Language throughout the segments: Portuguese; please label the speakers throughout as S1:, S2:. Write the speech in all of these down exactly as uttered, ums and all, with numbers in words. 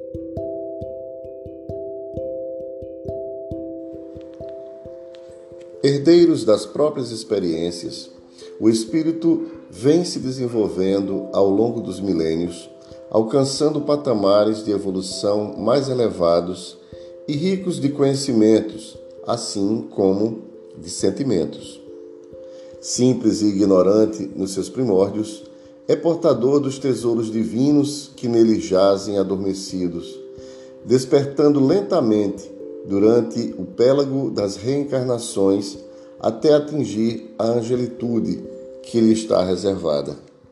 S1: Herdeiros das próprias experiências, o espírito vem se desenvolvendo ao longo dos milênios, alcançando patamares de evolução mais elevados e ricos de conhecimentos, assim como de sentimentos. Simples e ignorante nos seus primórdios, é portador dos tesouros divinos que nele jazem adormecidos, despertando lentamente durante o pélago das reencarnações até atingir a angelitude que lhe está reservada.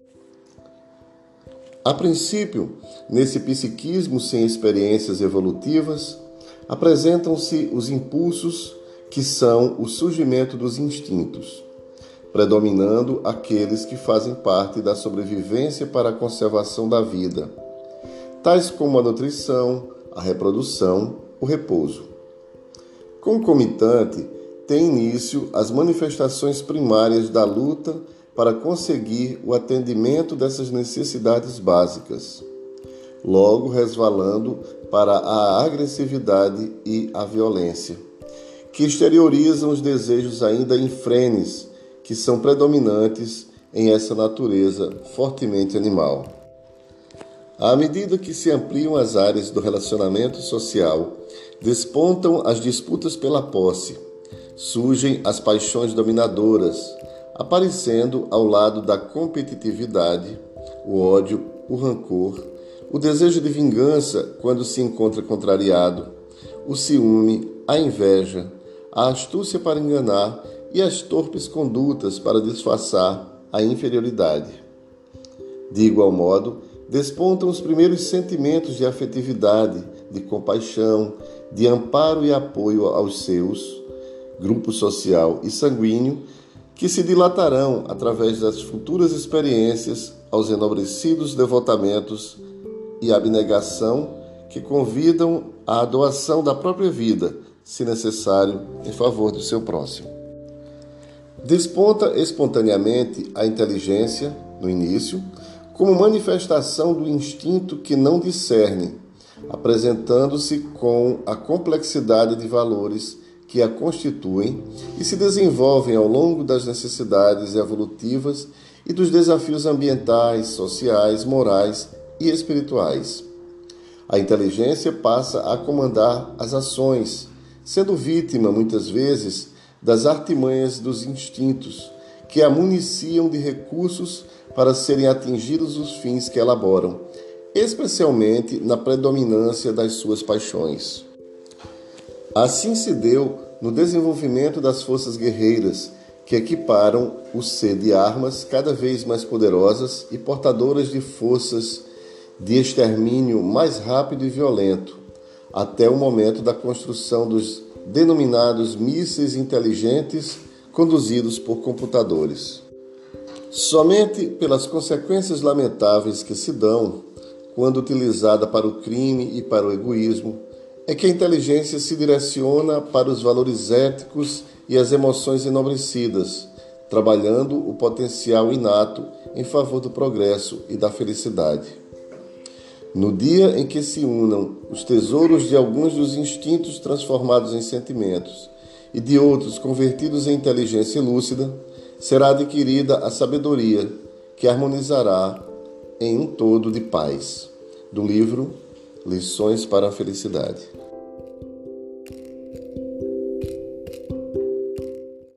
S1: A princípio, nesse psiquismo sem experiências evolutivas, apresentam-se os impulsos que são o surgimento dos instintos, predominando aqueles que fazem parte da sobrevivência para a conservação da vida, tais como a nutrição, a reprodução, o repouso. Concomitante, tem início as manifestações primárias da luta para conseguir o atendimento dessas necessidades básicas, logo resvalando para a agressividade e a violência, que exteriorizam os desejos ainda infrenes que são predominantes em essa natureza fortemente animal. À medida que se ampliam as áreas do relacionamento social, despontam as disputas pela posse, surgem as paixões dominadoras, aparecendo ao lado da competitividade, o ódio, o rancor, o desejo de vingança quando se encontra contrariado, o ciúme, a inveja, a astúcia para enganar e as torpes condutas para disfarçar a inferioridade. De igual modo, despontam os primeiros sentimentos de afetividade, de compaixão, de amparo e apoio aos seus, grupo social e sanguíneo, que se dilatarão através das futuras experiências aos enobrecidos devotamentos e abnegação que convidam à doação da própria vida, se necessário, em favor do seu próximo. Desponta espontaneamente a inteligência, no início, como manifestação do instinto que não discerne, apresentando-se com a complexidade de valores que a constituem e se desenvolvem ao longo das necessidades evolutivas e dos desafios ambientais, sociais, morais e espirituais. A inteligência passa a comandar as ações, sendo vítima, muitas vezes, das artimanhas dos instintos, que a municiam de recursos para serem atingidos os fins que elaboram, especialmente na predominância das suas paixões. Assim se deu no desenvolvimento das forças guerreiras, que equiparam o ser de armas cada vez mais poderosas e portadoras de forças de extermínio mais rápido e violento, até o momento da construção dos denominados mísseis inteligentes conduzidos por computadores. Somente pelas consequências lamentáveis que se dão, quando utilizada para o crime e para o egoísmo, é que a inteligência se direciona para os valores éticos e as emoções enobrecidas, trabalhando o potencial inato em favor do progresso e da felicidade. No dia em que se unam os tesouros de alguns dos instintos transformados em sentimentos e de outros convertidos em inteligência lúcida, será adquirida a sabedoria que harmonizará em um todo de paz. Do livro Lições para a Felicidade.